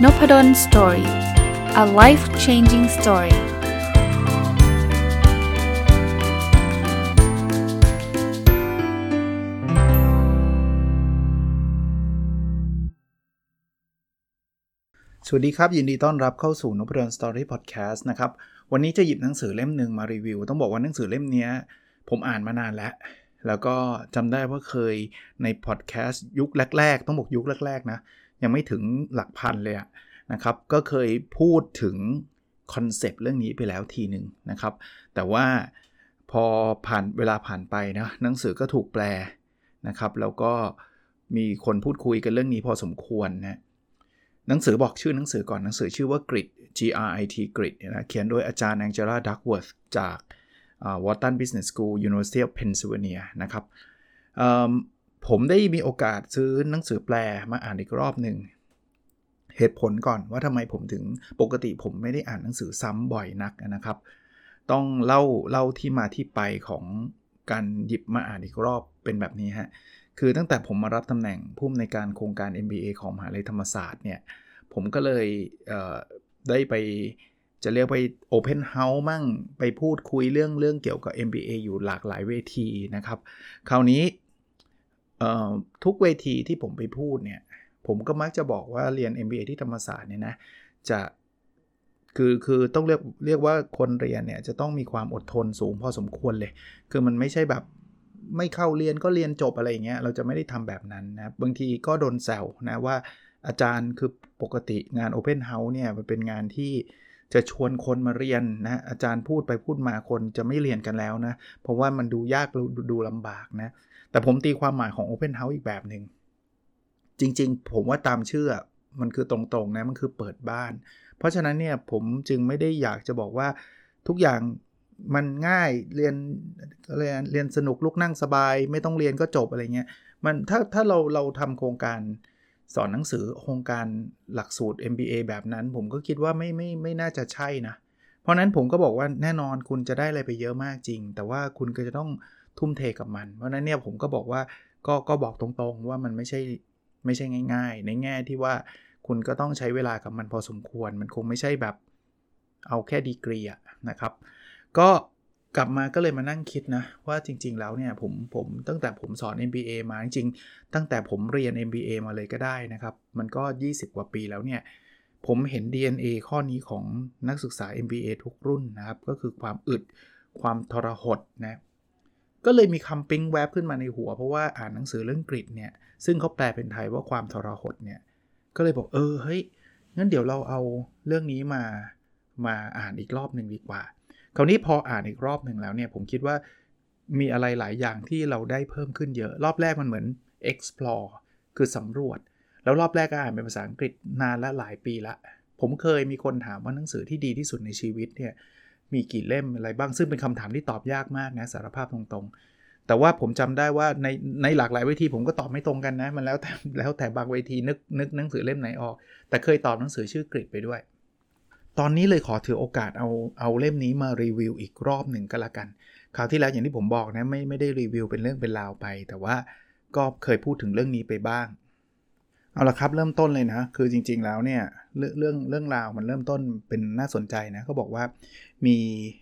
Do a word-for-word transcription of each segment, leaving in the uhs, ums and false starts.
Noppadan Story. A life-changing story.สวัสดีครับยินดีต้อนรับเข้าสู่ Noppadan Story Podcast นะครับวันนี้จะหยิบหนังสือเล่มหนึ่งมารีวิวต้องบอกว่าหนังสือเล่มนี้ผมอ่านมานานแล้วแล้วก็จำได้ว่าเคยในพอดแคสต์ยุคแรกๆต้องบอกยุคแรกๆนะยังไม่ถึงหลักพันเลยอะนะครับก็เคยพูดถึงคอนเซปต์เรื่องนี้ไปแล้วทีหนึ่งนะครับแต่ว่าพอผ่านเวลาผ่านไปนะหนังสือก็ถูกแปลนะครับแล้วก็มีคนพูดคุยกันเรื่องนี้พอสมควรนะหนังสือบอกชื่อหนังสือก่อนหนังสือชื่อว่า Grit G R I T Grit นะเขียนโดยอาจารย์ Angela Duckworth จาก Wharton Business School University of Pennsylvania นะครับผมได้มีโอกาสซื้อหนังสือแปลมาอ่านอีกรอบหนึ่งเหตุผลก่อนว่าทำไมผมถึงปกติผมไม่ได้อ่านหนังสือซ้ำบ่อยนักนะครับต้องเล่าเล่าที่มาที่ไปของการหยิบมาอ่านอีกรอบเป็นแบบนี้ฮะคือตั้งแต่ผมมารับตำแหน่งผู้อำนวยการโครงการ เอ็ม บี เอ ของมหาวิทยาลัยธรรมศาสตร์เนี่ยผมก็เลยเอ่อได้ไปจะเรียกไป Open House มั่งไปพูดคุยเรื่องเรื่องเกี่ยวกับ เอ็ม บี เอ อยู่หลากหลายเวทีนะครับคราวนี้เอ่อทุกเวทีที่ผมไปพูดเนี่ยผมก็มักจะบอกว่าเรียน เอ็ม บี เอ ที่ธรรมศาสตร์เนี่ยนะจะคือคือต้องเรียกเรียกว่าคนเรียนเนี่ยจะต้องมีความอดทนสูงพอสมควรเลยคือมันไม่ใช่แบบไม่เข้าเรียนก็เรียนจบอะไรอย่างเงี้ยเราจะไม่ได้ทำแบบนั้นนะบางทีก็โดนแซวนะว่าอาจารย์คือปกติงาน Open House เนี่ยมันเป็นงานที่จะชวนคนมาเรียนนะอาจารย์พูดไปพูดมาคนจะไม่เรียนกันแล้วนะเพราะว่ามันดูยากดูดูลำบากนะแต่ผมตีความหมายของ Open House อีกแบบนึงจริงๆผมว่าตามชื่อมันคือตรงๆนะมันคือเปิดบ้านเพราะฉะนั้นเนี่ยผมจึงไม่ได้อยากจะบอกว่าทุกอย่างมันง่ายเรียนเรียนเรียนสนุกลุกนั่งสบายไม่ต้องเรียนก็จบอะไรเงี้ยมันถ้าถ้าเราเราทำโครงการสอนหนังสือโครงการหลักสูตร เอ็ม บี เอ แบบนั้นผมก็คิดว่าไม่ไม่ไม่น่าจะใช่นะเพราะนั้นผมก็บอกว่าแน่นอนคุณจะได้อะไรไปเยอะมากจริงแต่ว่าคุณก็จะต้องทุ่มเทกับมันเพราะนั้นเนี่ยผมก็บอกว่าก็ก็บอกตรงๆว่ามันไม่ใช่ไม่ใช่ง่ายๆในแง่ที่ว่าคุณก็ต้องใช้เวลากับมันพอสมควรมันคงไม่ใช่แบบเอาแค่ดีกรีอะนะครับก็กลับมาก็เลยมานั่งคิดนะว่าจริงๆแล้วเนี่ยผมผมตั้งแต่ผมสอน เอ็ม บี เอ มาจริงๆตั้งแต่ผมเรียน เอ็ม บี เอ มาเลยก็ได้นะครับมันก็ยี่สิบกว่าปีแล้วเนี่ยผมเห็น ดี เอ็น เอ ข้อนี้ของนักศึกษา เอ็ม บี เอ ทุกรุ่นนะครับก็คือความอึดความทรหดนะก็เลยมีคำปิ๊งแวบขึ้นมาในหัวเพราะว่าอ่านหนังสือเรื่องกริดเนี่ยซึ่งเขาแปลเป็นไทยว่าความทรหดเนี่ยก็เลยบอกเออเฮ้ยงั้นเดี๋ยวเราเอาเรื่องนี้มามาอ่านอีกรอบหนึ่งดีกว่าคราวนี้พออ่านอีกรอบหนึ่งแล้วเนี่ยผมคิดว่ามีอะไรหลายอย่างที่เราได้เพิ่มขึ้นเยอะรอบแรกมันเหมือน explore คือสำรวจแล้วรอบแรกก็อ่านเป็นภาษาอังกฤษนานและหลายปีละผมเคยมีคนถามว่าหนังสือที่ดีที่สุดในชีวิตเนี่ยมีกี่เล่มอะไรบ้างซึ่งเป็นคำถามที่ตอบยากมากนะสารภาพตรงๆแต่ว่าผมจำได้ว่าในในหลากหลายเวทีผมก็ตอบไม่ตรงกันนะมันแล้วแต่แล้วแต่บางเวทีนึกนึกหนังสือเล่มไหนออกแต่เคยตอบหนังสือชื่อกริดไปด้วยตอนนี้เลยขอถือโอกาสเอาเอาเล่มนี้มารีวิวอีกรอบหนึ่งก็แล้วกันคราวที่แล้วอย่างที่ผมบอกนะไม่ไม่ได้รีวิวเป็นเรื่องเป็นราวไปแต่ว่าก็เคยพูดถึงเรื่องนี้ไปบ้างเอาละครับเริ่มต้นเลยนะคือจริงๆแล้วเนี่ยเรื่องเรื่องเรื่องราวมันเริ่มต้นเป็นน่าสนใจนะเขาบอกว่ามี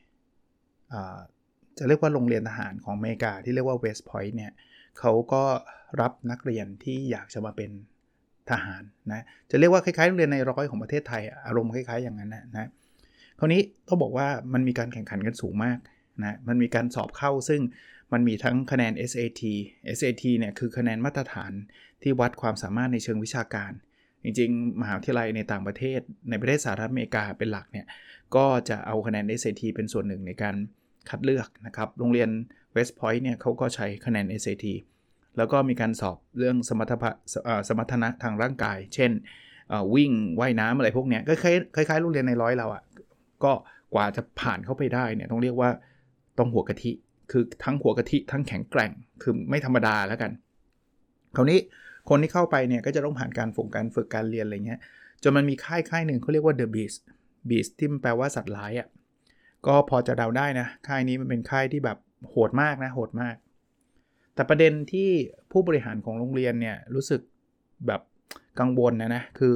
จะเรียกว่าโรงเรียนทหารของอเมริกาที่เรียกว่า West Point เนี่ยเขาก็รับนักเรียนที่อยากจะมาเป็นทหารนะจะเรียกว่าคล้ายๆโรงเรียนในร้อยของประเทศไทยอารมณ์คล้ายๆอย่างนั้นนะนะคราวนี้ต้องบอกว่ามันมีการแข่งขันกันสูงมากนะมันมีการสอบเข้าซึ่งมันมีทั้งคะแนน เอส เอ ที เอส เอ ที เนี่ยคือคะแนนมาตรฐานที่วัดความสามารถในเชิงวิชาการจริงๆมหาวิทยาลัยในต่างประเทศในประเทศสหรัฐอเมริกาเป็นหลักเนี่ยก็จะเอาคะแนน เอส เอ ที เป็นส่วนหนึ่งในการคัดเลือกนะครับโรงเรียน West Point เนี่ยเขาก็ใช้คะแนน เอส เอ ที แล้วก็มีการสอบเรื่องสมรรถภาพสมรรถนะทางร่างกายเช่นวิ่งว่ายน้ำอะไรพวกเนี้ยก็คล้ายๆโรงเรียนในร้อยเราอ่ะก็กว่าจะผ่านเข้าไปได้เนี่ยต้องเรียกว่าต้องหัวกะทิคือทั้งหัวกะทิทั้งแข็งแกร่งคือไม่ธรรมดาแล้วกันคราวนี้คนที่เข้าไปเนี่ยก็จะต้องผ่านการฝึกการฝึกการเรียนอะไรเงี้ยจนมันมีค่ายค่ายหนึ่งเขาเรียกว่า The Beast Beast ที่แปลว่าสัตว์ร้ายอ่ะก็พอจะเดาได้นะค่ายนี้มันเป็นค่ายที่แบบโหดมากนะโหดมากแต่ประเด็นที่ผู้บริหารของโรงเรียนเนี่ยรู้สึกแบบกังวลนะนะคือ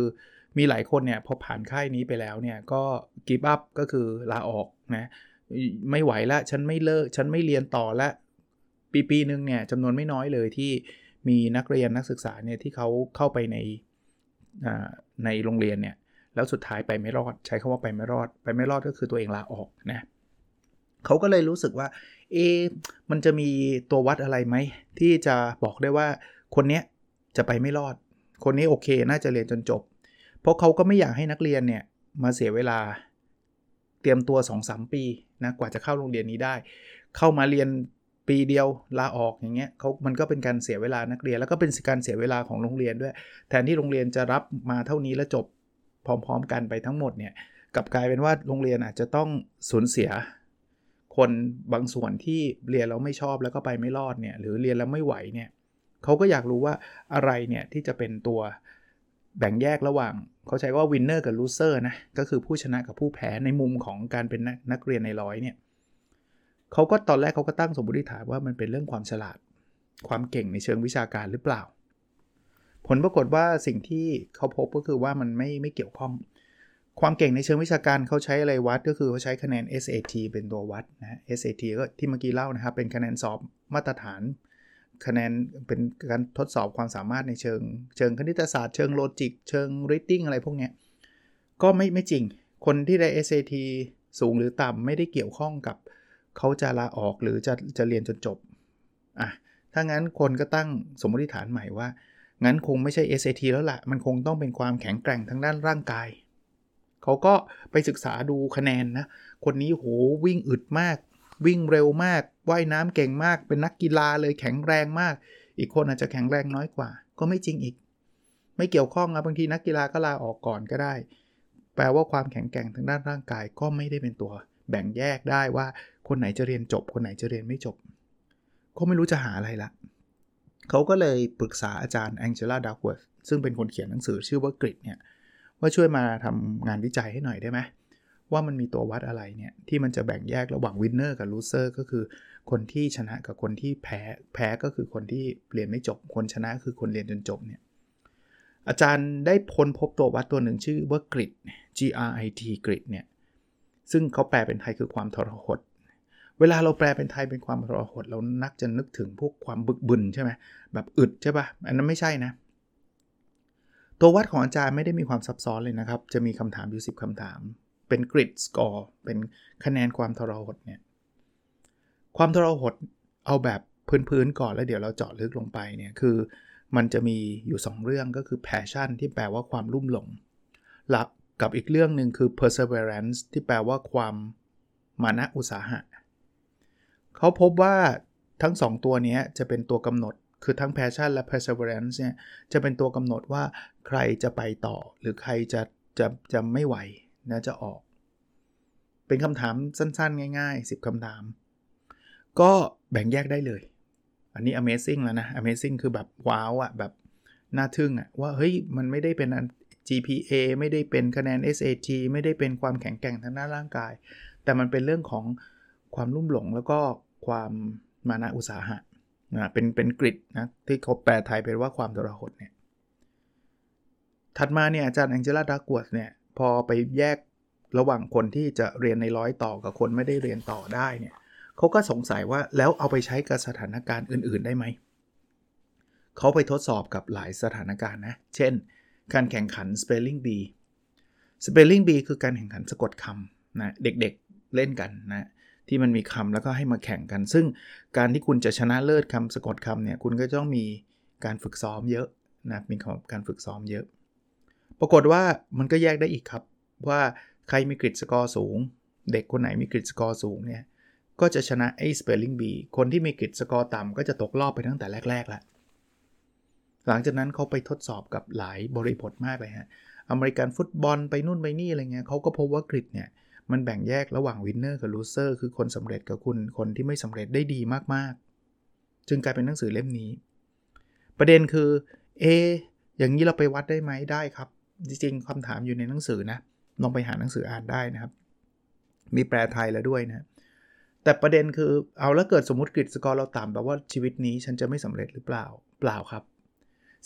มีหลายคนเนี่ยพอผ่านค่ายนี้ไปแล้วเนี่ยก็ give up ก็คือลาออกนะไม่ไหวแล้วฉันไม่เลิกฉันไม่เรียนต่อแล้วปีปีนึงเนี่ยจำนวนไม่น้อยเลยที่มีนักเรียนนักศึกษาเนี่ยที่เขาเข้าไปในในโรงเรียนเนี่ยแล้วสุดท้ายไปไม่รอดใช้คำว่าไปไม่รอดไปไม่รอดก็คือตัวเองลาออกนะเขาก็เลยรู้สึกว่าเอ๊ะมันจะมีตัววัดอะไรไหมที่จะบอกได้ว่าคนเนี้ยจะไปไม่รอดคนนี้โอเคน่าจะเรียนจนจบเพราะเขาก็ไม่อยากให้นักเรียนเนี่ยมาเสียเวลาเตรียมตัว สองถึงสาม ปีนะกว่าจะเข้าโรงเรียนนี้ได้เข้ามาเรียนปีเดียวลาออกอย่างเงี้ยเขามันก็เป็นการเสียเวลานักเรียนแล้วก็เป็นการเสียเวลาของโรงเรียนด้วยแทนที่โรงเรียนจะรับมาเท่านี้แล้วจบพร้อมๆกันไปทั้งหมดเนี่ยกลับกลายเป็นว่าโรงเรียนอาจจะต้องสูญเสียคนบางส่วนที่เรียนแล้วไม่ชอบแล้วก็ไปไม่รอดเนี่ยหรือเรียนแล้วไม่ไหวเนี่ยเขาก็อยากรู้ว่าอะไรเนี่ยที่จะเป็นตัวแบ่งแยกระหว่างเขาใช้ว่า winner กับ loser นะก็คือผู้ชนะกับผู้แพ้ในมุมของการเป็นนักเรียนในร้อยเนี่ยเขาก็ตอนแรกเขาก็ตั้งสมมติฐานว่ามันเป็นเรื่องความฉลาดความเก่งในเชิงวิชาการหรือเปล่าผลปรากฏว่าสิ่งที่เขาพบก็คือว่ามันไม่ไม่เกี่ยวข้องความเก่งในเชิงวิชาการเขาใช้อะไรวัดก็คือเขาใช้คะแนน เอส เอ ที เป็นตัววัดนะ เอส เอ ที ก็ที่เมื่อกี้เล่านะครับเป็นคะแนนสอบมาตรฐานคะแนนเป็นการทดสอบความสามารถในเชิงเชิงคณิตศาสตร์เชิงโลจิกเชิง reading อะไรพวกนี้ก็ไม่ไม่จริงคนที่ได้ เอส เอ ที สูงหรือต่ำไม่ได้เกี่ยวข้องกับเขาจะลาออกหรือจะจะเรียนจนจบอ่ะถ้างั้นคนก็ตั้งสมมติฐานใหม่ว่างั้นคงไม่ใช่ เอส เอ ที แล้วล่ะมันคงต้องเป็นความแข็งแกร่งทางด้านร่างกายเขาก็ไปศึกษาดูคะแนนนะคนนี้โหวิ่งอึดมากวิ่งเร็วมากว่ายน้ำเก่งมากเป็นนักกีฬาเลยแข็งแรงมากอีกคนอาจจะแข็งแรงน้อยกว่าก็ไม่จริงอีกไม่เกี่ยวข้องนะบางทีนักกีฬาก็ลาออกก่อนก็ได้แปลว่าความแข็งแกร่งทางด้านร่างกายก็ไม่ได้เป็นตัวแบ่งแยกได้ว่าคนไหนจะเรียนจบคนไหนจะเรียนไม่จบก็ไม่รู้จะหาอะไรละเขาก็เลยปรึกษาอาจารย์แองเจล่าดักเวิร์ธซึ่งเป็นคนเขียนหนังสือชื่อว่ากริดเนี่ยว่าช่วยมาทำงานวิจัยให้หน่อยได้ไหมว่ามันมีตัววัดอะไรเนี่ยที่มันจะแบ่งแยกระหว่างวินเนอร์กับลูเซอร์ก็คือคนที่ชนะกับคนที่แพ้แพ้ก็คือคนที่เรียนไม่จบคนชนะคือคนเรียนจนจบเนี่ยอาจารย์ได้ค้นพบตัววัดตัวหนึ่งชื่อว่ากริด G R I D กริดเนี่ยซึ่งเขาแปลเป็นไทยคือความทรหดเวลาเราแปลเป็นไทยเป็นความทรหดเรานักจะนึกถึงพวกความบึกบึนใช่ไหมแบบอึดใช่ป่ะอันนั้นไม่ใช่นะตัววัดของอาจารย์ไม่ได้มีความซับซ้อนเลยนะครับจะมีคำถามอยู่สิบคำถามเป็นกริดสกอร์เป็นคะแนนความทรหดเนี่ยความทรหดเอาแบบพื้นๆก่อนแล้วเดี๋ยวเราเจาะลึกลงไปเนี่ยคือมันจะมีอยู่สองเรื่องก็คือ passion ที่แปลว่าความลุ่มหลงและกับอีกเรื่องนึงคือ perseverance ที่แปลว่าความมานะอุตสาหะเขาพบว่าทั้งสองตัวนี้จะเป็นตัวกำหนดคือทั้ง passion และ perseverance เนี่ยจะเป็นตัวกำหนดว่าใครจะไปต่อหรือใครจะจะจะไม่ไหวนะจะออกเป็นคำถามสั้นๆง่ายๆสิบคำถามก็แบ่งแยกได้เลยอันนี้ amazing แล้วนะ amazing คือแบบว้าวอ่ะแบบน่าทึ่งอ่ะว่าเฮ้ยมันไม่ได้เป็น จี พี เอ ไม่ได้เป็นคะแนน เอส เอ ที ไม่ได้เป็นความแข็งแกร่งทางด้านร่างกายแต่มันเป็นเรื่องของความลุ่มหลงแล้วก็ความมานะอุตสาหะนะเป็นเป็นกริดนะที่เขาแปลไทยเป็นว่าความทรหดเนี่ยถัดมาเนี่ยอาจารย์แองเจล่าดักเวิร์ธเนี่ยพอไปแยกระหว่างคนที่จะเรียนในร้อยต่อกับคนไม่ได้เรียนต่อได้เนี่ยเขาก็สงสัยว่าแล้วเอาไปใช้กับสถานการณ์อื่นๆได้ไหมเขาไปทดสอบกับหลายสถานการณ์นะเช่นการแข่งขัน spelling bee spelling bee คือการแข่งขันสะกดคำนะเด็กๆเล่นกันนะที่มันมีคำแล้วก็ให้มาแข่งกันซึ่งการที่คุณจะชนะเลิศคำสะกดคำเนี่ยคุณก็ต้องมีการฝึกซ้อมเยอะนะมีการฝึกซ้อมเยอะปรากฏว่ามันก็แยกได้อีกครับว่าใครมีกริดสกอร์สูงเด็กคนไหนมีกริดสกอร์สูงเนี่ยก็จะชนะไอ้ spelling bee คนที่มีกริดสกอร์ต่ำก็จะตกรอบไปตั้งแต่แรกๆแล้วหลังจากนั้นเขาไปทดสอบกับหลายบริบทมากเลยฮะอเมริกันฟุตบอลไปนู่นไปนี่อะไรเงี้ยเขาก็พบว่ากริดเนี่ยมันแบ่งแยกระหว่างวินเนอร์กับลูเซอร์คือคนสำเร็จกับคุณคนที่ไม่สำเร็จได้ดีมากๆจึงกลายเป็นหนังสือเล่มนี้ประเด็นคือเออย่างนี้เราไปวัดได้ไหมได้ครับจริงๆคำถามอยู่ในหนังสือนะลองไปหาหนังสืออ่านได้นะครับมีแปลไทยแล้วด้วยนะแต่ประเด็นคือเอาแล้วเกิดสมมุติกริดสกอร์เราต่ำแปลว่าชีวิตนี้ฉันจะไม่สำเร็จหรือเปล่าเปล่าครับ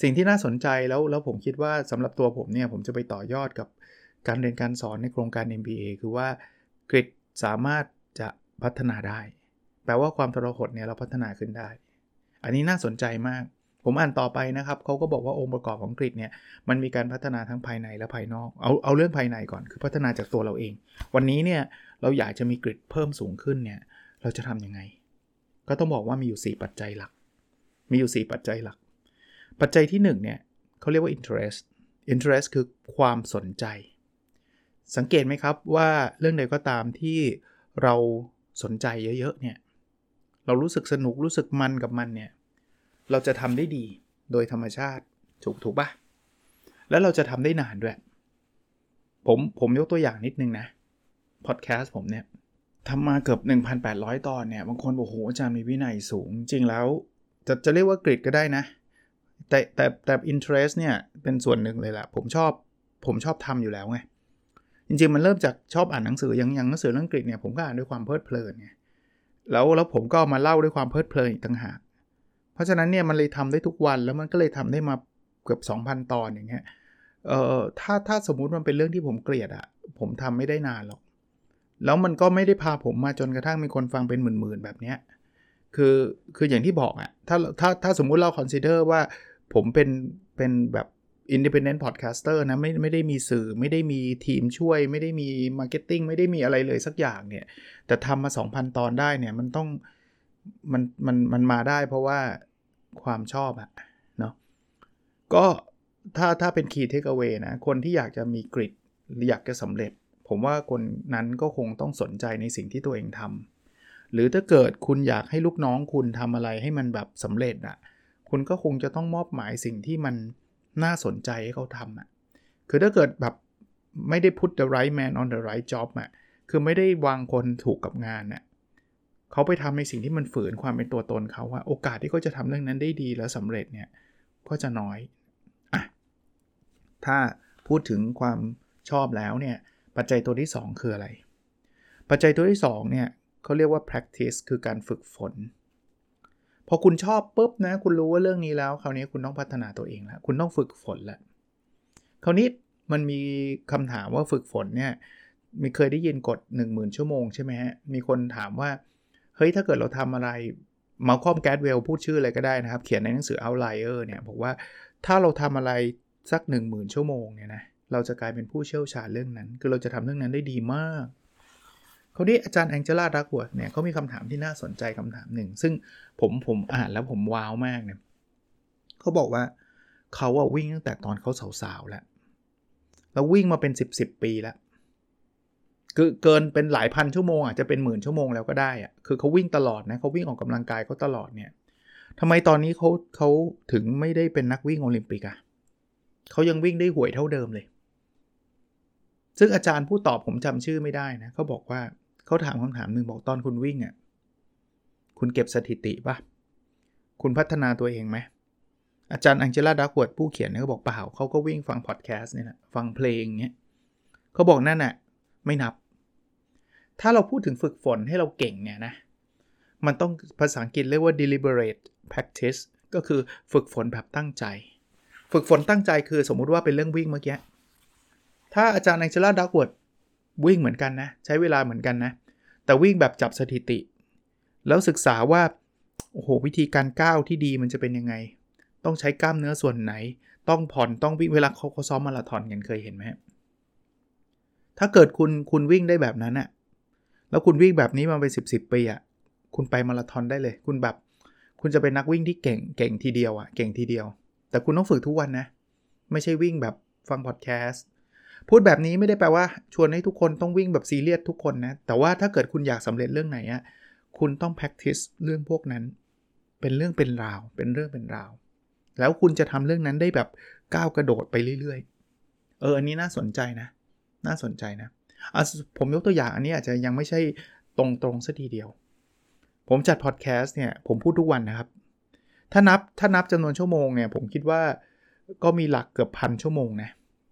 สิ่งที่น่าสนใจแล้วแล้วผมคิดว่าสำหรับตัวผมเนี่ยผมจะไปต่อยอดกับการเรียนการสอนในโครงการ เอ็ม บี เอ คือว่ากริดสามารถจะพัฒนาได้แปลว่าความทรหดเนี่ยเราพัฒนาขึ้นได้อันนี้น่าสนใจมากผมอ่านต่อไปนะครับเขาก็บอกว่าองค์ประกอบของกริดเนี่ยมันมีการพัฒนาทั้งภายในและภายนอกเอาเอาเรื่องภายในก่อนคือพัฒนาจากตัวเราเองวันนี้เนี่ยเราอยากจะมีกริดเพิ่มสูงขึ้นเนี่ยเราจะทำยังไงก็ต้องบอกว่ามีอยู่สี่ปัจจัยหลักมีอยู่สี่ปัจจัยหลักปัจจัยที่หนึ่งเนี่ยเขาเรียกว่า interest interest คือความสนใจสังเกตไหมครับว่าเรื่องใดก็ตามที่เราสนใจเยอะๆเนี่ยเรารู้สึกสนุกรู้สึกมันกับมันเนี่ยเราจะทำได้ดีโดยธรรมชาติถูกถูกป่ะแล้วเราจะทำได้นานด้วยผมผมยกตัวอย่างนิดนึงนะพอดแคสต์ผมเนี่ยทำมาเกือบ หนึ่งพันแปดร้อย ตอนเนี่ยบางคนบอกโหอาจารย์มีวินัยสูงจริงแล้วจะจะเรียกว่ากริดก็ได้นะแต่แต่แต่ interest เนี่ยเป็นส่วนหนึ่งเลยล่ะผมชอบผมชอบทำอยู่แล้วไงจริงๆมันเริ่มจากชอบอ่านหนังสืออย่างอย่างหนังสือเรื่องอังกฤษเนี่ยผมก็อ่านด้วยความเพลิดเพลินไงแล้วแล้วผมก็มาเล่าด้วยความเพลิดเพลินอีกต่างหากเพราะฉะนั้นเนี่ยมันเลยทำได้ทุกวันแล้วมันก็เลยทำได้มาเกือบ สองพัน ตอนอย่างเงี้ยเอ่อถ้าถ้าสมมุติมันเป็นเรื่องที่ผมเกลียดอ่ะผมทำไม่ได้นานหรอกแล้วมันก็ไม่ได้พาผมมาจนกระทั่งมีคนฟังเป็นหมื่นๆแบบเนี้ยคือคืออย่างที่บอกอ่ะถ้าถ้าถ้าสมมุติเรา consider ว่าผมเป็นเป็นแบบ independent podcaster นะไม่ไม่ได้มีสื่อไม่ได้มีทีมช่วยไม่ได้มี marketing ไม่ได้มีอะไรเลยสักอย่างเนี่ยแต่ทำมา สองพัน ตอนได้เนี่ยมันต้องมันมันมันมาได้เพราะว่าความชอบอะเนาะก็ถ้าถ้าเป็น key takeaway นะคนที่อยากจะมีกริดอยากจะสำเร็จผมว่าคนนั้นก็คงต้องสนใจในสิ่งที่ตัวเองทำหรือถ้าเกิดคุณอยากให้ลูกน้องคุณทำอะไรให้มันแบบสำเร็จอ่ะคุณก็คงจะต้องมอบหมายสิ่งที่มันน่าสนใจให้เขาทำอ่ะคือถ้าเกิดแบบไม่ได้ put the right man on the right job อ่ะคือไม่ได้วางคนถูกกับงานน่ะเขาไปทำในสิ่งที่มันฝืนความเป็นตัวตนเขาว่าโอกาสที่เขาจะทำเรื่องนั้นได้ดีแล้วสำเร็จเนี่ยก็จะน้อยอ่ะถ้าพูดถึงความชอบแล้วเนี่ยปัจจัยตัวที่สองคืออะไรปัจจัยตัวที่สองเนี่ยเขาเรียกว่า practice คือการฝึกฝนพอคุณชอบปุ๊บนะคุณรู้ว่าเรื่องนี้แล้วคราวนี้คุณต้องพัฒนาตัวเองแล้วคุณต้องฝึกฝนแล้วคราวนี้มันมีคำถามว่าฝึกฝนเนี่ยมีเคยได้ยินกฎ หนึ่งหมื่น ชั่วโมงใช่ไหมฮะมีคนถามว่าเฮ้ยถ้าเกิดเราทำอะไรมาคอมแกดเวลพูดชื่ออะไรก็ได้นะครับเขียนในหนังสือ Outlier เนี่ยบอกว่าถ้าเราทำอะไรสัก หนึ่งหมื่น ชั่วโมงเนี่ยนะเราจะกลายเป็นผู้เชี่ยวชาญเรื่องนั้นคือเราจะทำเรื่องนั้นได้ดีมากเขาที่อาจารย์แองเจล่าดักเวิร์ธเนี่ยเขามีคำถามที่น่าสนใจคำถามหนึ่งซึ่งผมผมอ่านแล้วผมว้าวมากเนี่ยเขาบอกว่าเขาอะวิ่งตั้งแต่ตอนเขาสาวๆแล้วแล้ววิ่งมาเป็นสิบ สิบปีแล้วคือเกินเป็นหลายพันชั่วโมงอาจจะเป็นหมื่นชั่วโมงแล้วก็ได้อะคือเขาวิ่งตลอดนะเขาวิ่งออกกำลังกายเขาตลอดเนี่ยทำไมตอนนี้เขาเขาถึงไม่ได้เป็นนักวิ่งโอลิมปิกอะเขายังวิ่งได้ห่วยเท่าเดิมเลยซึ่งอาจารย์ผู้ตอบผมจำชื่อไม่ได้นะเขาบอกว่าเขาถามคำถามหนึ่งบอกตอนคุณวิ่งอ่ะคุณเก็บสถิติป่ะคุณพัฒนาตัวเองไหมอาจารย์แองเจล่าดักเวิร์ธผู้เขียนเนี่ยเขาบอกเปล่าเขาก็วิ่งฟังพอดแคสต์เนี่ยนะฟังเพลงเงี้ยเขาบอกนั่นน่ะไม่นับถ้าเราพูดถึงฝึกฝนให้เราเก่งเนี่ยนะมันต้องภาษาอังกฤษเรียกว่า deliberate practice ก็คือฝึกฝนแบบตั้งใจฝึกฝนตั้งใจคือสมมุติว่าเป็นเรื่องวิ่งเมื่อกี้ถ้าอาจารย์แองเจล่าดักเวิร์ธวิ่งเหมือนกันนะใช้เวลาเหมือนกันนะแต่วิ่งแบบจับสถิติแล้วศึกษาว่าโอ้โหวิธีการก้าวที่ดีมันจะเป็นยังไงต้องใช้กล้ามเนื้อส่วนไหนต้องผ่อนต้องวิ่งเวลาเขาเขาซ้อมมาราธอนกันเคยเห็นไหมถ้าเกิดคุณคุณวิ่งได้แบบนั้นอะแล้วคุณวิ่งแบบนี้มาเป็นสิบ สิบปีอะคุณไปมาราธอนได้เลยคุณแบบคุณจะเป็นนักวิ่งที่เก่งเก่งทีเดียวอะเก่งทีเดียวแต่คุณต้องฝึกทุกวันนะไม่ใช่วิ่งแบบฟังพอดแคสต์พูดแบบนี้ไม่ได้แปลว่าชวนให้ทุกคนต้องวิ่งแบบซีเรียสทุกคนนะแต่ว่าถ้าเกิดคุณอยากสำเร็จเรื่องไหนอะคุณต้อง practice เรื่องพวกนั้นเป็นเรื่องเป็นราวเป็นเรื่องเป็นราวแล้วคุณจะทำเรื่องนั้นได้แบบก้าวกระโดดไปเรื่อยๆเอออันนี้น่าสนใจนะน่าสนใจนะอ่ะผมยกตัวอย่างอันนี้อาจจะยังไม่ใช่ตรงๆซะทีเดียวผมจัดพอดแคสต์เนี่ยผมพูดทุกวันนะครับถ้านับถ้านับจำนวนชั่วโมงเนี่ยผมคิดว่าก็มีหลักเกือบพันชั่วโมงนะ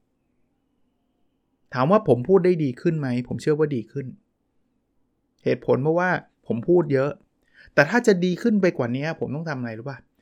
ถามว่าผมพูดได้ดีขึ้นไหมผมเชื่อว่าดีขึ้นเหตุผลเพราะว่าผมพูดเยอะแต่ถ้าจะดีขึ้นไปกว่านี้ผมต้องทำอะไรรู้ป่ะ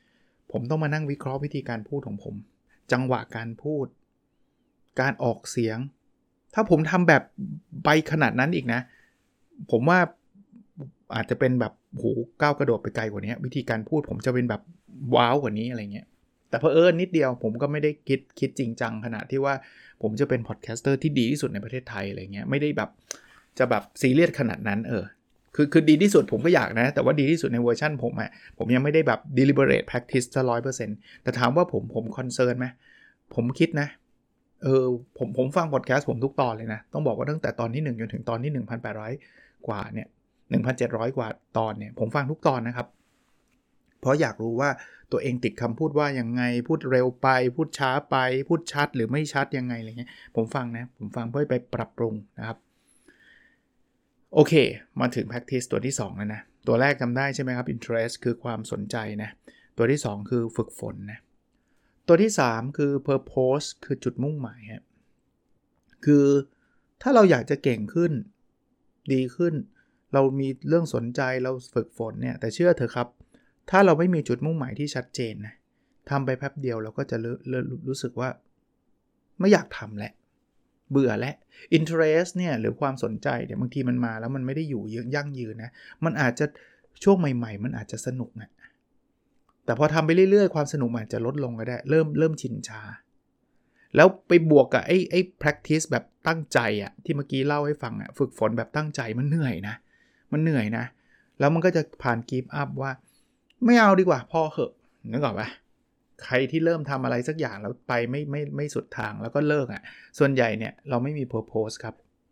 ผมต้องมานั่งวิเคราะห์วิธีการพูดของผมจังหวะการพูดการออกเสียงถ้าผมทำแบบไปขนาดนั้นอีกนะผมว่าอาจจะเป็นแบบโหก้าวกระโดดไปไกลกว่านี้วิธีการพูดผมจะเป็นแบบว้าวกว่านี้อะไรเงี้ยแต่เผอิญนิดเดียวผมก็ไม่ได้คิดคิดจริงจังขนาดที่ว่าผมจะเป็นพอดแคสเตอร์ที่ดีที่สุดในประเทศไทยอะไรเงี้ยไม่ได้แบบจะแบบซีเรียสขนาดนั้นเออคือคือดีที่สุดผมก็อยากนะแต่ว่าดีที่สุดในเวอร์ชันผมอ่ะผมยังไม่ได้แบบ deliberate practice ซะ ร้อยเปอร์เซ็นต์ แต่ถามว่าผมผมคอนเซิร์นมั้ยผมคิดนะเออผมผมฟังพอดแคสต์ผมทุกตอนเลยนะต้องบอกว่าตั้งแต่ตอนที่หนึ่งจนถึงตอนที่ หนึ่งพันแปดร้อย กว่าเนี่ย หนึ่งพันเจ็ดร้อย กว่าตอนเนี่ยผมฟังทุกตอนนะครับเพราะอยากรู้ว่าตัวเองติดคำพูดว่ายังไงพูดเร็วไปพูดช้าไปพูดชัดหรือไม่ชัดยังไงอะไรเงี้ยผมฟังนะผมฟังเพื่อไปปรับปรุงนะครับโอเคมาถึง practice ตัวที่สองแล้วนะตัวแรกจำได้ใช่ไหมครับ interest คือความสนใจนะตัวที่สองคือฝึกฝนนะตัวที่สามคือ purpose คือจุดมุ่งหมายครับคือถ้าเราอยากจะเก่งขึ้นดีขึ้นเรามีเรื่องสนใจเราฝึกฝนเนี่ยแต่เชื่อเถอะครับถ้าเราไม่มีจุดมุ่งหมายที่ชัดเจนนะทำไปแป๊บเดียวเราก็จะเริ่มรู้สึกว่าไม่อยากทำแล้วเบื่อแล้ว interest เนี่ยหรือความสนใจเนี่ยบางทีมันมาแล้วมันไม่ได้อยู่ยั่งยืนนะมันอาจจะช่วงใหม่ๆมันอาจจะสนุกนะแต่พอทำไปเรื่อยๆความสนุกมันอาจจะลดลงก็ได้เริ่มเริ่มชินชาแล้วไปบวกกับไอ้ไอ้ practice แบบตั้งใจอะที่เมื่อกี้เล่าให้ฟังอะฝึกฝนแบบตั้งใจมันเหนื่อยนะมันเหนื่อยนะแล้วมันก็จะผ่าน give up ว่าไม่เอาดีกว่าพอเหอะนึกออกป่ะใครที่เริ่มทำอะไรสักอย่างแล้วไปไม่ไม่ไม่สุดทางแล้วก็เลิกอะส่วนใหญ่เนี่ยเราไม่มี purpose ครับ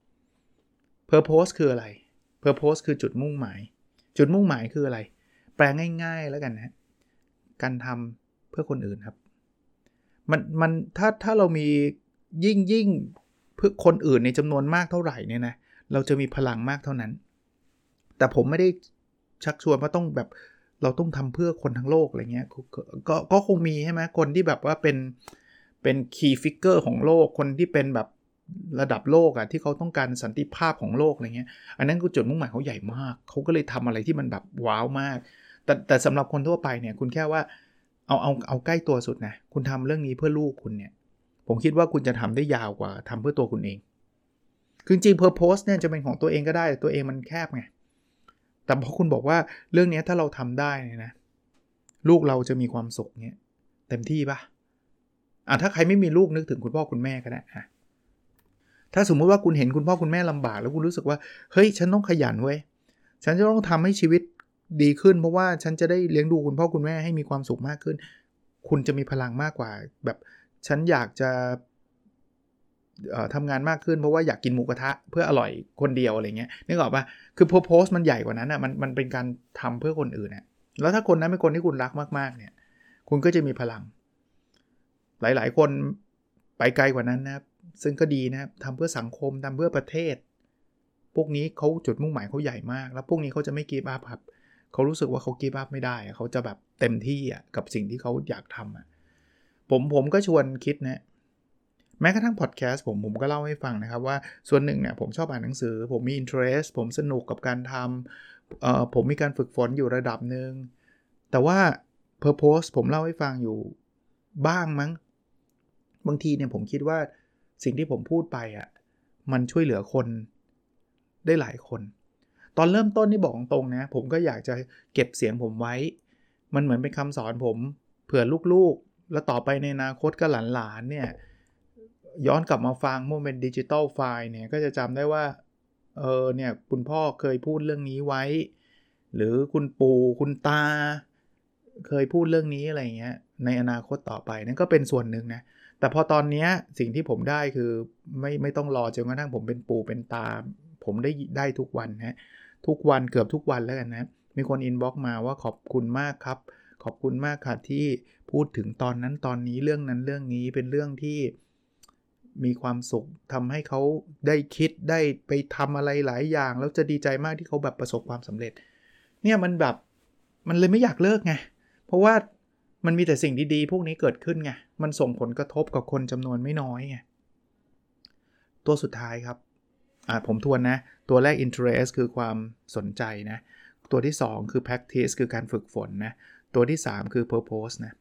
purpose คืออะไร purpose คือจุดมุ่งหมายจุดมุ่งหมายคืออะไรแปลง่ายๆแล้วกันนะการทำเพื่อคนอื่นครับมันมันถ้าถ้าเรามียิ่งยิ่งเพื่อคนอื่นในจำนวนมากเท่าไหร่เนี่ยนะเราจะมีพลังมากเท่านั้นแต่ผมไม่ได้ชักชวนว่าต้องแบบเราต้องทำเพื่อคนทั้งโลกอะไรเงี้ยก็ก็คงมีใช่ไหมคนที่แบบว่าเป็นเป็น key figure ของโลกคนที่เป็นแบบระดับโลกอะที่เขาต้องการสันติภาพของโลกอะไรเงี้ยอันนั้นคือจุดมุ่งหมายเขาใหญ่มากเขาก็เลยทำอะไรที่มันแบบว้าวมากแต่แต่สำหรับคนทั่วไปเนี่ยคุณแค่ว่าเอาเอาเอาใกล้ตัวสุดนะคุณทำเรื่องนี้เพื่อลูกคุณเนี่ยผมคิดว่าคุณจะทำได้ยาวกว่าทำเพื่อตัวคุณเองคือจริง purpose เนี่ยจะเป็นของตัวเองก็ได้แต่ตัวเองมันแคบไงแต่พอคุณบอกว่าเรื่องนี้ถ้าเราทำได้เนี่ยนะลูกเราจะมีความสุขเนี่ยเต็มที่ป่ะอ่ะถ้าใครไม่มีลูกนึกถึงคุณพ่อคุณแม่ก็ได้ฮะถ้าสมมุติว่าคุณเห็นคุณพ่อคุณแม่ลำบากแล้วคุณรู้สึกว่าเฮ้ยฉันต้องขยันเว้ยฉันจะต้องทำให้ชีวิตดีขึ้นเพราะว่าฉันจะได้เลี้ยงดูคุณพ่อคุณแม่ให้มีความสุขมากขึ้นคุณจะมีพลังมากกว่าแบบฉันอยากจะเอ่อทำงานมากขึ้นเพราะว่าอยากกินหมูกระทะเพื่ออร่อยคนเดียวอะไรเงี้ยนึกออกป่ะคือ purpose มันใหญ่กว่านั้นอ่ะมันมันเป็นการทำเพื่อคนอื่นน่ะแล้วถ้าคนนั้นเป็นคนที่คุณรักมากๆเนี่ยคุณก็จะมีพลังหลายๆคนไปไกลกว่านั้นนะครับซึ่งก็ดีนะครับทำเพื่อสังคมทำเพื่อประเทศพวกนี้เขาจุดมุ่งหมายเขาใหญ่มากแล้วพวกนี้เขาจะไม่ give up ครับเขารู้สึกว่าเขา give up ไม่ได้เขาจะแบบเต็มที่อ่ะกับสิ่งที่เขาอยากทำอ่ะผมผมก็ชวนคิดนะแม้กระทั่งพอดแคสต์ผมผมก็เล่าให้ฟังนะครับว่าส่วนหนึ่งเนี่ยผมชอบอ่านหนังสือผมมี interest ผมสนุกกับการทำเอ่อผมมีการฝึกฝนอยู่ระดับหนึ่งแต่ว่า purpose ผมเล่าให้ฟังอยู่บ้างมั้งบางทีเนี่ยผมคิดว่าสิ่งที่ผมพูดไปอ่ะมันช่วยเหลือคนได้หลายคนตอนเริ่มต้นนี่บอกตรงๆนะผมก็อยากจะเก็บเสียงผมไว้มันเหมือนเป็นคำสอนผมเผื่อลูกๆแล้วต่อไปในอนาคตก็หลานๆเนี่ยย้อนกลับมาฟังเมื่อเป็นดิจิตอลไฟล์เนี่ยก็จะจำได้ว่าเออเนี่ยคุณพ่อเคยพูดเรื่องนี้ไว้หรือคุณปู่คุณตาเคยพูดเรื่องนี้อะไรเงี้ยในอนาคตต่อไปนั่นก็เป็นส่วนหนึ่งนะแต่พอตอนนี้สิ่งที่ผมได้คือไม่ไม่ต้องรอจนกระทั่งผมเป็นปู่เป็นตาผมได้ได้ทุกวันนะทุกวันเกือบทุกวันแล้วกันนะมีคนอินบ็อกซ์มาว่าขอบคุณมากครับขอบคุณมากค่ะที่พูดถึงตอนนั้นตอนนี้เรื่องนั้นเรื่องนี้เป็นเรื่องที่มีความสุขทำให้เขาได้คิดได้ไปทำอะไรหลายอย่างแล้วจะดีใจมากที่เขาแบบประสบความสำเร็จเนี่ยมันแบบมันเลยไม่อยากเลิกไงเพราะว่ามันมีแต่สิ่งดีๆพวกนี้เกิดขึ้นไงมันส่งผลกระทบกับคนจำนวนไม่น้อยไงตัวสุดท้ายครับอ่าผมทวนนะตัวแรก interest คือความสนใจนะตัวที่สองคือ practice คือการฝึกฝนนะตัวที่สามคือ purpose นะ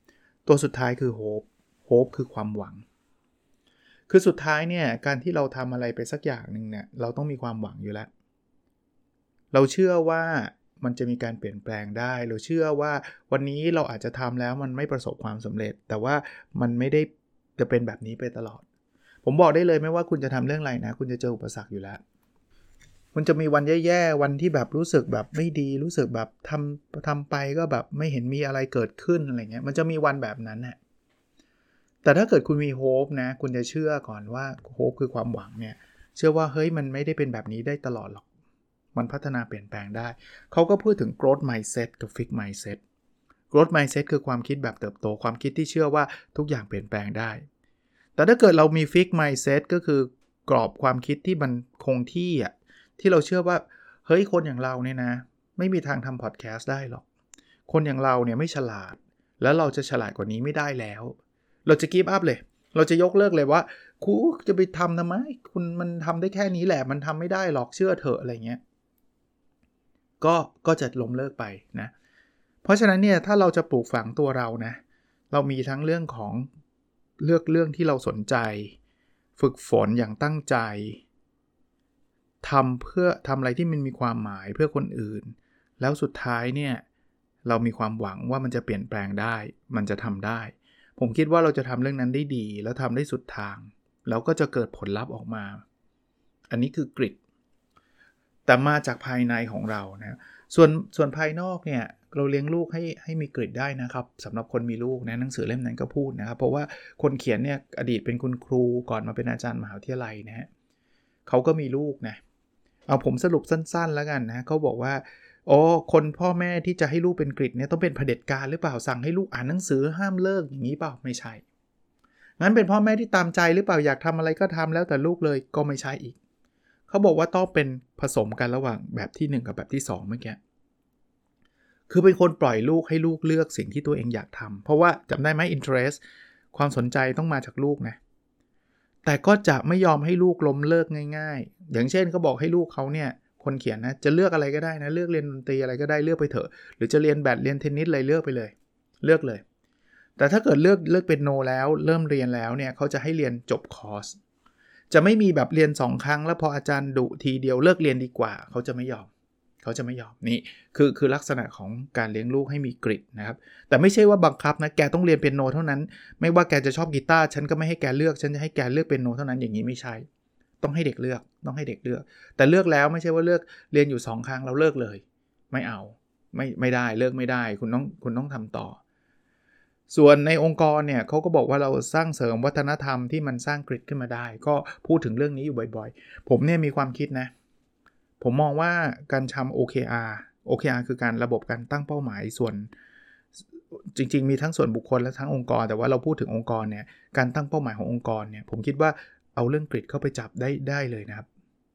ตัวสุดท้ายคือ hope hope คือความหวังคือสุดท้ายเนี่ยการที่เราทำอะไรไปสักอย่างนึงเนี่ยเราต้องมีความหวังอยู่แล้วเราเชื่อว่ามันจะมีการเปลี่ยนแปลงได้เราเชื่อว่าวันนี้เราอาจจะทำแล้วมันไม่ประสบความสำเร็จแต่ว่ามันไม่ได้จะเป็นแบบนี้ไปตลอดผมบอกได้เลยไม่ว่าคุณจะทำเรื่องอะไรนะคุณจะเจออุปสรรคอยู่แล้วคุณจะมีวันแย่ๆวันที่แบบรู้สึกแบบไม่ดีรู้สึกแบบทำทำไปก็แบบไม่เห็นมีอะไรเกิดขึ้นอะไรเงี้ยมันจะมีวันแบบนั้นน่ะแต่ถ้าเกิดคุณมีโฮปนะคุณจะเชื่อก่อนว่าโฮปคือความหวังเนี่ยเชื่อว่าเฮ้ยมันไม่ได้เป็นแบบนี้ได้ตลอดหรอกมันพัฒนาเปลี่ยนแปลงได้เขาก็พูดถึง growth mindset กับ fixed mindset growth mindset คือความคิดแบบเติบโตความคิดที่เชื่อว่าทุกอย่างเปลี่ยนแปลงได้แต่ถ้าเกิดเรามี fixed mindset ก็คือกรอบความคิดที่มันคงที่อ่ะที่เราเชื่อว่าเฮ้ยคนอย่างเราเนี่ยนะไม่มีทางทำพอดแคสต์ได้หรอกคนอย่างเราเนี่ยไม่ฉลาดแล้วเราจะฉลาดกว่านี้ไม่ได้แล้วเราจะ give up เลยเราจะยกเลิกเลยว่าครูจะไปทำทำไมคุณมันทำได้แค่นี้แหละมันทำไม่ได้หรอกเชื่อเถอะอะไรเงี้ยก็ก็จะล้มเลิกไปนะเพราะฉะนั้นเนี่ยถ้าเราจะปลูกฝังตัวเรานะเรามีทั้งเรื่องของเลือกเรื่องที่เราสนใจฝึกฝนอย่างตั้งใจทำเพื่อทำอะไรที่มันมีความหมายเพื่อคนอื่นแล้วสุดท้ายเนี่ยเรามีความหวังว่ามันจะเปลี่ยนแปลงได้มันจะทำได้ผมคิดว่าเราจะทำเรื่องนั้นได้ดีแล้วทำได้สุดทางแล้วก็จะเกิดผลลัพธ์ออกมาอันนี้คือกริดแต่มาจากภายในของเรานะส่วนส่วนภายนอกเนี่ยเราเลี้ยงลูกให้ให้มีกริดได้นะครับสำหรับคนมีลูกนะหนังสือเล่มนั้นก็พูดนะครับเพราะว่าคนเขียนเนี่ยอดีตเป็นคุณครูก่อนมาเป็นอาจารย์มหาวิทยาลัยนะฮะเขาก็มีลูกนะเอาผมสรุปสั้นๆแล้วกันนะเขาบอกว่าอ๋อคนพ่อแม่ที่จะให้ลูกเป็นกริดเนี่ยต้องเป็นเผด็จการหรือเปล่าสั่งให้ลูกอ่านหนังสือห้ามเลิกอย่างนี้เปล่าไม่ใช่งั้นเป็นพ่อแม่ที่ตามใจหรือเปล่าอยากทำอะไรก็ทำแล้วแต่ลูกเลยก็ไม่ใช่อีกเขาบอกว่าต้องเป็นผสมกันระหว่างแบบที่หนึ่งกับแบบที่สองเมื่อกี้คือเป็นคนปล่อยลูกให้ลูกเลือกสิ่งที่ตัวเองอยากทำเพราะว่าจำได้ไหม interest ความสนใจต้องมาจากลูกนะแต่ก็จะไม่ยอมให้ลูกล้มเลิกง่ายๆอย่างเช่นเขาบอกให้ลูกเขาเนี่ยคนเขียนนะจะเลือกอะไรก็ได้นะเลือกเรียนดนตรีอะไรก็ได้เลือกไปเถอะหรือจะเรียนแบดเรียนเทนนิสอะไรเลือกไปเลยเลือกเลยแต่ถ้าเกิดเลือกเลือกเป็นโนแล้วเริ่มเรียนแล้วเนี่ยเขาจะให้เรียนจบคอร์สจะไม่มีแบบเรียนสองครั้งแล้วพออาจารย์ดุทีเดียวเลิกเรียนดีกว่าเขาจะไม่ยอมเขาจะไม่ยอมนี่คือคือลักษณะของการเลี้ยงลูกให้มีกริดนะครับแต่ไม่ใช่ว่าบังคับนะแกต้องเรียนเปียโนเท่านั้นไม่ว่าแกจะชอบกีตาร์ฉันก็ไม่ให้แกเลือกฉันจะให้แกเลือกเปียโนเท่านั้นอย่างนี้ไม่ใช่ต้องให้เด็กเลือกต้องให้เด็กเลือกแต่เลือกแล้วไม่ใช่ว่าเลือกเรียนอยู่สองครั้งแล้วเลิกเลยไม่เอาไม่ไม่ได้เลิกไม่ได้คุณต้องคุณต้องทำต่อส่วนในองค์กรเนี่ยเขาก็บอกว่าเราสร้างเสริมวัฒนธรรมที่มันสร้างกริดขึ้นมาได้ก็พูดถึงเรื่องนี้อยู่บ่อยๆผมเนี่ยมีความคิดนะผมมองว่าการทำ โอ เค อาร์ โอ เค อาร์ คือการระบบการตั้งเป้าหมายส่วนจริงๆมีทั้งส่วนบุคคลและทั้งองค์กรแต่ว่าเราพูดถึงองค์กรเนี่ยการตั้งเป้าหมายขององค์กรเนี่ยผมคิดว่าเอาเรื่องกริดเข้าไปจับได้ได้เลยนะครับ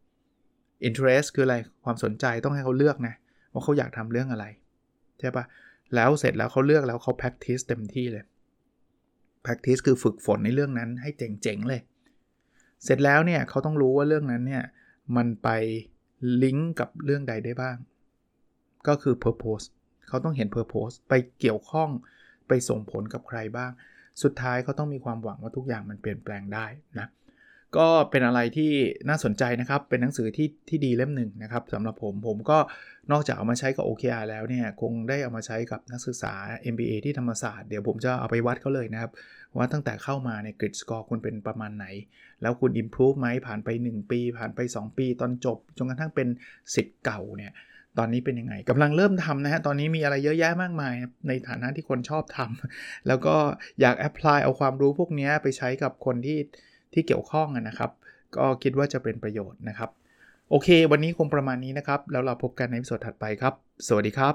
interest คืออะไรความสนใจต้องให้เขาเลือกนะว่าเขาอยากทำเรื่องอะไรใช่ปะแล้วเสร็จแล้วเขาเลือกแล้วเขา practice เต็มที่เลย practice คือฝึกฝนในเรื่องนั้นให้เจ๋งๆเลยเสร็จแล้วเนี่ยเขาต้องรู้ว่าเรื่องนั้นเนี่ยมันไปลิงก์กับเรื่องใดได้บ้างก็คือ purpose เขาต้องเห็น purpose ไปเกี่ยวข้องไปส่งผลกับใครบ้างสุดท้ายเขาต้องมีความหวังว่าทุกอย่างมันเปลี่ยนแปลงได้นะก็เป็นอะไรที่น่าสนใจนะครับเป็นหนังสือที่ที่ดีเล่มหนึ่งนะครับสำหรับผมผมก็นอกจากเอามาใช้กับ โอ เค อาร์ แล้วเนี่ยคงได้เอามาใช้กับนักศึกษา เอ็ม บี เอ ที่ธรรมศาสตร์เดี๋ยวผมจะเอาไปวัดเขาเลยนะครับว่าตั้งแต่เข้ามาในกริดสกอร์คุณเป็นประมาณไหนแล้วคุณ improve ไหมผ่านไปหนึ่งปีผ่านไปสองปีตอนจบจนกระทั่งเป็นศิษย์เก่าเนี่ยตอนนี้เป็นยังไงกำลังเริ่มทำนะฮะตอนนี้มีอะไรเยอะแยะมากมายในฐานะที่คนชอบทำแล้วก็อยาก apply เอาความรู้พวกนี้ไปใช้กับคนที่ที่เกี่ยวข้องนะครับก็คิดว่าจะเป็นประโยชน์นะครับโอเควันนี้คงประมาณนี้นะครับแล้วเราพบกันในตอนถัดไปครับสวัสดีครับ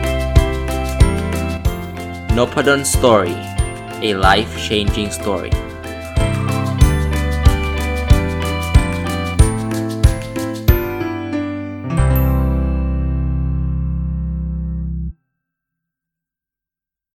Nopadon Story, a life-changing story.